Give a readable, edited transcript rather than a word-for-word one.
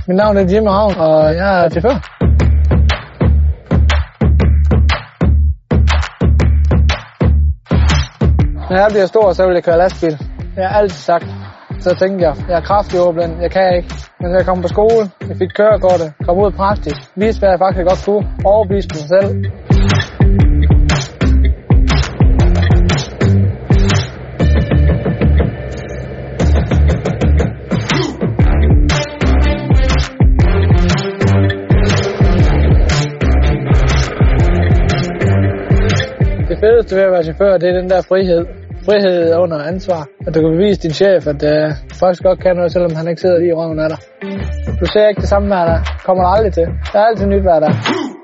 Mit navn er Jimmy Ravn, og jeg er chauffør. Når jeg bliver stor, så vil jeg køre lastbil. Jeg har altid sagt. Så tænkte jeg er kraftig overblind, jeg kan ikke. Men når jeg kom på skole, jeg fik kørekortet, kom ud praktisk, viste hvad jeg faktisk godt kunne, overbeviste mig selv. Det fedeste ved at være chauffør, det er den der frihed. Frihed under ansvar. At du kan bevise din chef, at du faktisk godt kan noget, selvom han ikke sidder lige i røven af dig. Du ser ikke det samme hver dag. Kommer der aldrig til. Der er altid nyt hver dag.